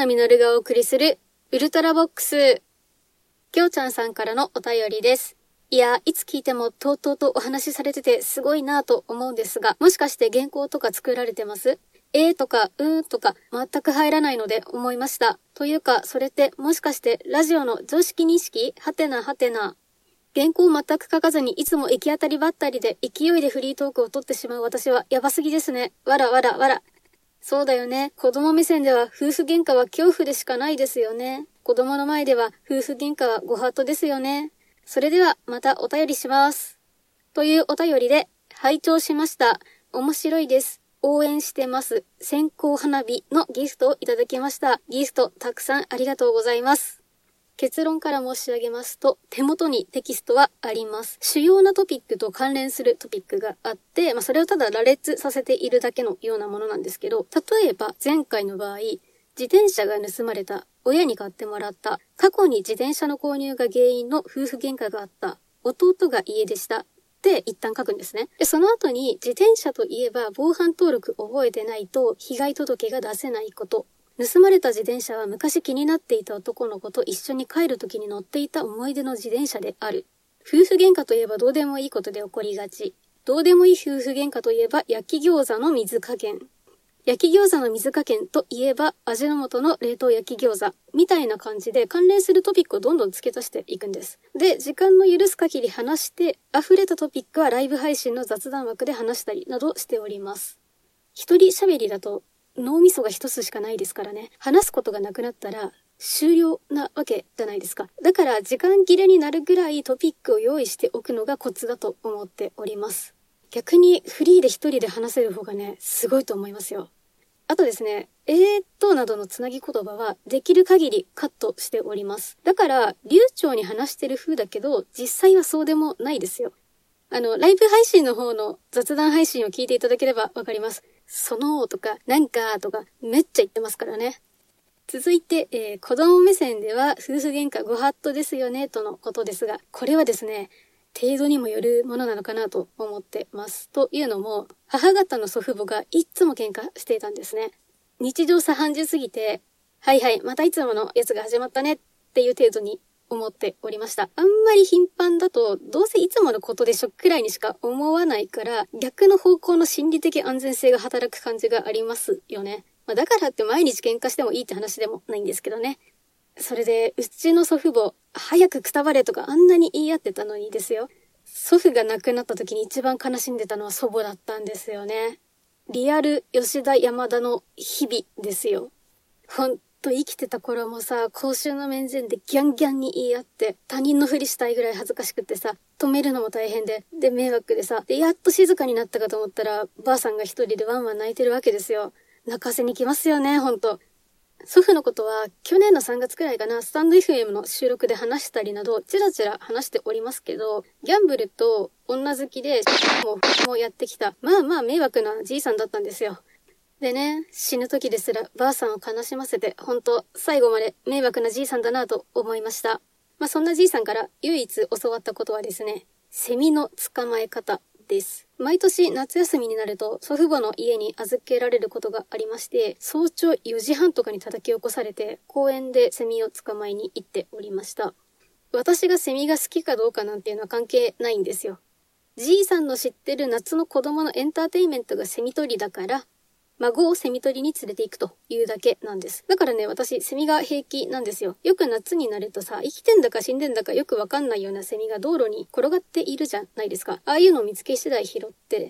野実がお送りするウルトラボックス。きょうちゃんさんからのお便りです。いや、いつ聞いてもとうとうとお話しされててすごいなぁと思うんですが、もしかして原稿とか作られてます？とか、とか、全く入らないので思いました。というか、それってもしかしてラジオの常識認識？はてなはてな。原稿を全く書かずにいつも行き当たりばったりで勢いでフリートークを取ってしまう私はやばすぎですね。わらわらわら。そうだよね。子供目線では夫婦喧嘩は恐怖でしかないですよね。子供の前では夫婦喧嘩はご法度ですよね。それではまたお便りします。というお便りで、拝聴しました。面白いです。応援してます。線香花火のギフトをいただきました。ギフトたくさんありがとうございます。結論から申し上げますと、手元にテキストはあります。主要なトピックと関連するトピックがあって、それをただ羅列させているだけのようなものなんですけど、例えば前回の場合、自転車が盗まれた、親に買ってもらった、過去に自転車の購入が原因の夫婦喧嘩があった、弟が家でした、って一旦書くんですね。で、その後に自転車といえば防犯登録覚えてないと被害届が出せないこと。盗まれた自転車は昔気になっていた男の子と一緒に帰る時に乗っていた思い出の自転車である。夫婦喧嘩といえばどうでもいいことで起こりがち。どうでもいい夫婦喧嘩といえば焼き餃子の水加減。焼き餃子の水加減といえば味の素の冷凍焼き餃子みたいな感じで関連するトピックをどんどん付け足していくんです。で、時間の許す限り話して溢れたトピックはライブ配信の雑談枠で話したりなどしております。一人喋りだと脳みそが一つしかないですからね。話すことがなくなったら終了なわけじゃないですか。だから時間切れになるぐらいトピックを用意しておくのがコツだと思っております。逆にフリーで一人で話せる方がね、すごいと思いますよ。あとですね、などのつなぎ言葉はできる限りカットしております。だから流暢に話してる風だけど実際はそうでもないですよ。ライブ配信の方の雑談配信を聞いていただければわかります。そのとか、なんかとか、めっちゃ言ってますからね。続いて、子供目線では夫婦喧嘩ご法度ですよね、とのことですが、これはですね、程度にもよるものなのかなと思ってます。というのも、母方の祖父母がいつも喧嘩していたんですね。日常茶飯事すぎて、はいはい、またいつものやつが始まったねっていう程度に思っておりました。あんまり頻繁だとどうせいつものことでしょくらいにしか思わないから逆の方向の心理的安全性が働く感じがありますよね。だからって毎日喧嘩してもいいって話でもないんですけどね。それでうちの祖父母早くくたばれとかあんなに言い合ってたのにですよ。祖父が亡くなった時に一番悲しんでたのは祖母だったんですよね。リアル吉田山田の日々ですよ。ほんと生きてた頃もさ、公衆の面前でギャンギャンに言い合って、他人のふりしたいぐらい恥ずかしくってさ、止めるのも大変で、で迷惑でさ、でやっと静かになったかと思ったら、ばあさんが一人でワンワン泣いてるわけですよ。泣かせに来ますよね、ほんと。祖父のことは去年の3月くらいかな、スタンド FM の収録で話したりなど、ちらちら話しておりますけど、ギャンブルと女好きで、もやってきた、まあ迷惑なじいさんだったんですよ。でね、死ぬ時ですらばあさんを悲しませて、ほんと最後まで迷惑なじいさんだなと思いました。そんなじいさんから唯一教わったことはですね、セミの捕まえ方です。毎年夏休みになると祖父母の家に預けられることがありまして、早朝4時半とかに叩き起こされて公園でセミを捕まえに行っておりました。私がセミが好きかどうかなんていうのは関係ないんですよ。じいさんの知ってる夏の子供のエンターテインメントがセミ取りだから、孫をセミ取りに連れて行くというだけなんです。だからね、私、セミが平気なんですよ。よく夏になるとさ、生きてんだか死んでんだかよくわかんないようなセミが道路に転がっているじゃないですか。ああいうのを見つけ次第拾って、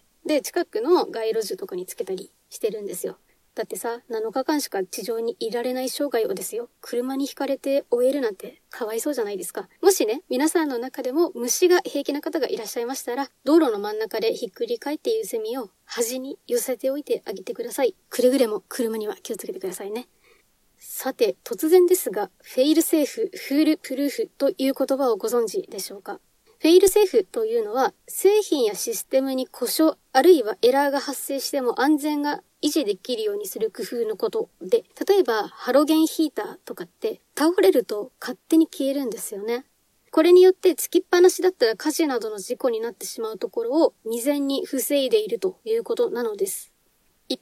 で、近くの街路樹とかにつけたりしてるんですよ。だってさ、7日間しか地上にいられない生涯をですよ、車にひかれて終えるなんてかわいそうじゃないですか。もしね、皆さんの中でも虫が平気な方がいらっしゃいましたら、道路の真ん中でひっくり返っているセミを端に寄せておいてあげてください。くれぐれも車には気をつけてくださいね。さて、突然ですが、フェイルセーフ、フールプルーフという言葉をご存知でしょうか？フェイルセーフというのは、製品やシステムに故障、あるいはエラーが発生しても安全が維持できるようにする工夫のことで、例えばハロゲンヒーターとかって倒れると勝手に消えるんですよね。これによってつきっぱなしだったら火事などの事故になってしまうところを未然に防いでいるということなのです。一方、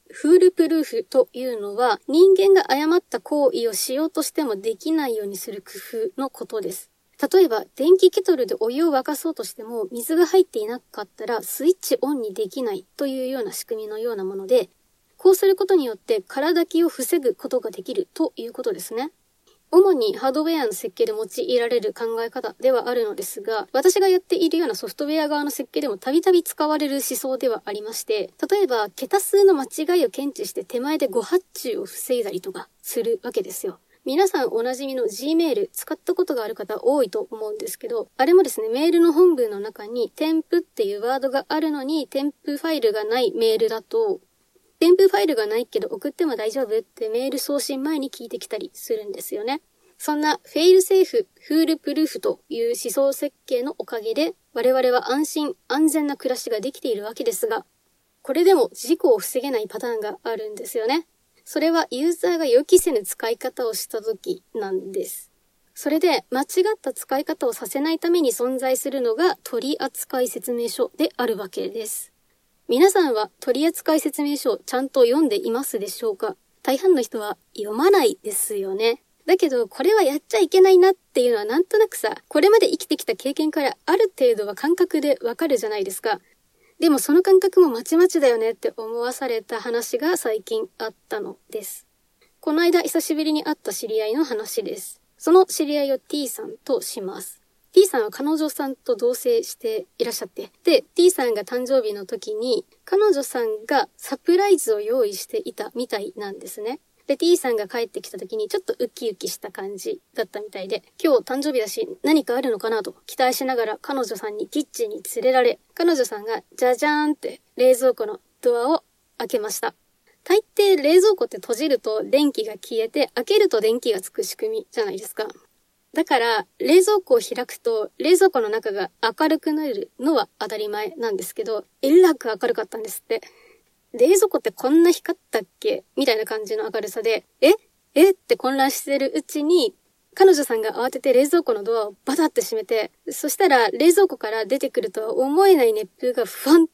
フールプルーフというのは人間が誤った行為をしようとしてもできないようにする工夫のことです。例えば電気ケトルでお湯を沸かそうとしても水が入っていなかったらスイッチオンにできないというような仕組みのようなもので、こうすることによって空だきを防ぐことができるということですね。主にハードウェアの設計で用いられる考え方ではあるのですが、私がやっているようなソフトウェア側の設計でもたびたび使われる思想ではありまして、例えば桁数の間違いを検知して手前で誤発注を防いだりとかするわけですよ。皆さんおなじみの Gmail 使ったことがある方多いと思うんですけど、あれもですね、メールの本文の中に添付っていうワードがあるのに添付ファイルがないメールだと、添付ファイルがないけど送っても大丈夫ってメール送信前に聞いてきたりするんですよね。そんなフェイルセーフ、フールプルーフという思想設計のおかげで我々は安心安全な暮らしができているわけですが、これでも事故を防げないパターンがあるんですよね。それはユーザーが予期せぬ使い方をした時なんです。それで間違った使い方をさせないために存在するのが取扱説明書であるわけです。皆さんは取扱説明書をちゃんと読んでいますでしょうか？大半の人は読まないですよね。だけどこれはやっちゃいけないなっていうのはなんとなくさ、これまで生きてきた経験からある程度は感覚でわかるじゃないですか。でもその感覚もまちまちだよねって思わされた話が最近あったのです。この間久しぶりに会った知り合いの話です。その知り合いを T さんとします。T さんは彼女さんと同棲していらっしゃって。で、T さんが誕生日の時に彼女さんがサプライズを用意していたみたいなんですね。で、T さんが帰ってきた時にちょっとウキウキした感じだったみたいで、今日誕生日だし何かあるのかなと期待しながら彼女さんにキッチンに連れられ、彼女さんがじゃじゃーんって冷蔵庫のドアを開けました。大抵冷蔵庫って閉じると電気が消えて開けると電気がつく仕組みじゃないですか。だから冷蔵庫を開くと冷蔵庫の中が明るくなるのは当たり前なんですけど、えらく明るかったんですって。冷蔵庫ってこんな光ったっけみたいな感じの明るさで、えって混乱してるうちに、彼女さんが慌てて冷蔵庫のドアをバタって閉めて、そしたら冷蔵庫から出てくるとは思えない熱風がふわんって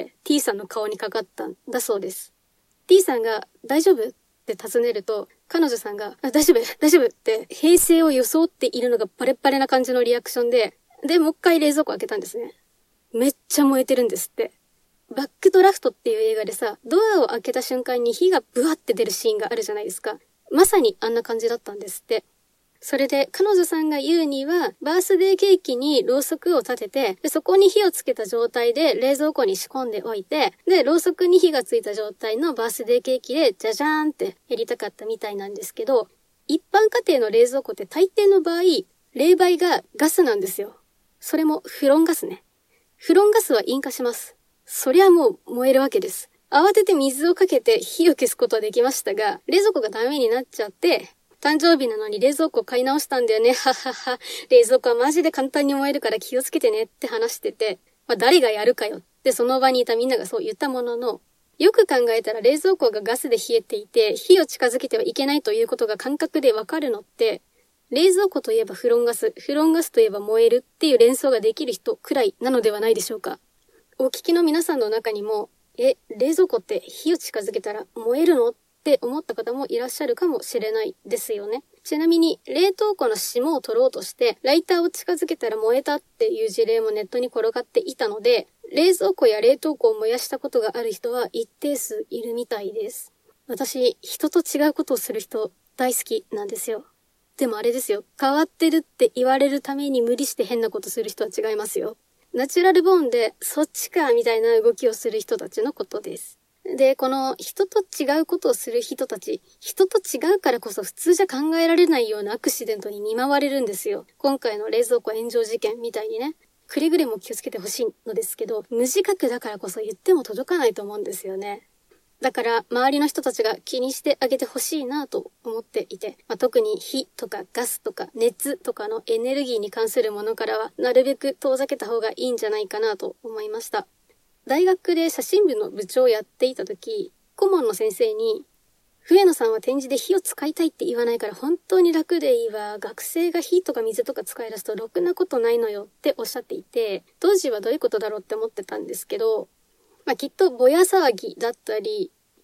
T さんの顔にかかったんだそうです。T さんが大丈夫って尋ねると、彼女さんが大丈夫って平静を装っているのがバレッバレな感じのリアクションで、もう一回冷蔵庫開けたんですね。めっちゃ燃えてるんですって。バックドラフトっていう映画でさ、ドアを開けた瞬間に火がブワって出るシーンがあるじゃないですか。まさにあんな感じだったんですって。それで彼女さんが言うには、バースデーケーキにろうそくを立てて、でそこに火をつけた状態で冷蔵庫に仕込んでおいて、で、ろうそくに火がついた状態のバースデーケーキでじゃじゃーんってやりたかったみたいなんですけど、一般家庭の冷蔵庫って大抵の場合、冷媒がガスなんですよ。それもフロンガスね。フロンガスは引火します。そりゃもう燃えるわけです。慌てて水をかけて火を消すことはできましたが、冷蔵庫がダメになっちゃって、誕生日なのに冷蔵庫を買い直したんだよね。ははは。冷蔵庫はマジで簡単に燃えるから気をつけてねって話してて、誰がやるかよってその場にいたみんながそう言ったものの、よく考えたら冷蔵庫がガスで冷えていて、火を近づけてはいけないということが感覚でわかるのって、冷蔵庫といえばフロンガスといえば燃えるっていう連想ができる人くらいなのではないでしょうか。お聞きの皆さんの中にも、冷蔵庫って火を近づけたら燃えるのって思った方もいらっしゃるかもしれないですよね。ちなみに冷凍庫の霜を取ろうとしてライターを近づけたら燃えたっていう事例もネットに転がっていたので、冷蔵庫や冷凍庫を燃やしたことがある人は一定数いるみたいです。私、人と違うことをする人大好きなんですよ。でもあれですよ、変わってるって言われるために無理して変なことする人は違いますよ。ナチュラルボーンでそっちかみたいな動きをする人たちのことです。で、この人と違うことをする人たち、人と違うからこそ普通じゃ考えられないようなアクシデントに見舞われるんですよ。今回の冷蔵庫炎上事件みたいにね。くれぐれも気をつけてほしいのですけど、無自覚だからこそ言っても届かないと思うんですよね。だから周りの人たちが気にしてあげてほしいなと思っていて、特に火とかガスとか熱とかのエネルギーに関するものからはなるべく遠ざけた方がいいんじゃないかなと思いました。大学で写真部の部長をやっていた時、顧問の先生に、笛野さんは展示で火を使いたいって言わないから本当に楽でいいわ。学生が火とか水とか使い出すとろくなことないのよっておっしゃっていて、当時はどういうことだろうって思ってたんですけど、きっとぼや騒ぎだったり、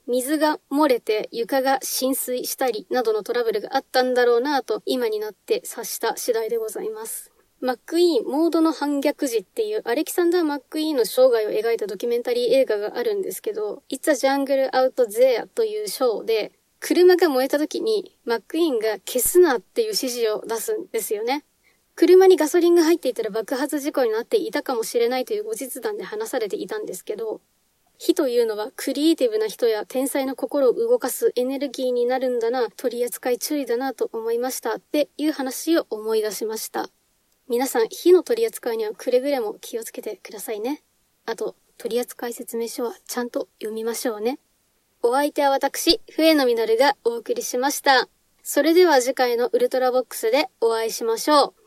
水が漏れて床が浸水したりなどのトラブルがあったんだろうなぁと今になって察した次第でございます。マックイーン、モードの反逆時っていうアレキサンダー・マックイーンの生涯を描いたドキュメンタリー映画があるんですけど、It's a Jungle Out There というショーで、車が燃えた時にマックイーンが消すなっていう指示を出すんですよね。車にガソリンが入っていたら爆発事故になっていたかもしれないという後日談で話されていたんですけど、火というのはクリエイティブな人や天才の心を動かすエネルギーになるんだな、取り扱い注意だなと思いましたっていう話を思い出しました。皆さん、火の取り扱いにはくれぐれも気をつけてくださいね。あと、取扱説明書はちゃんと読みましょうね。お相手は私、笛野実がお送りしました。それでは次回のウルトラボックスでお会いしましょう。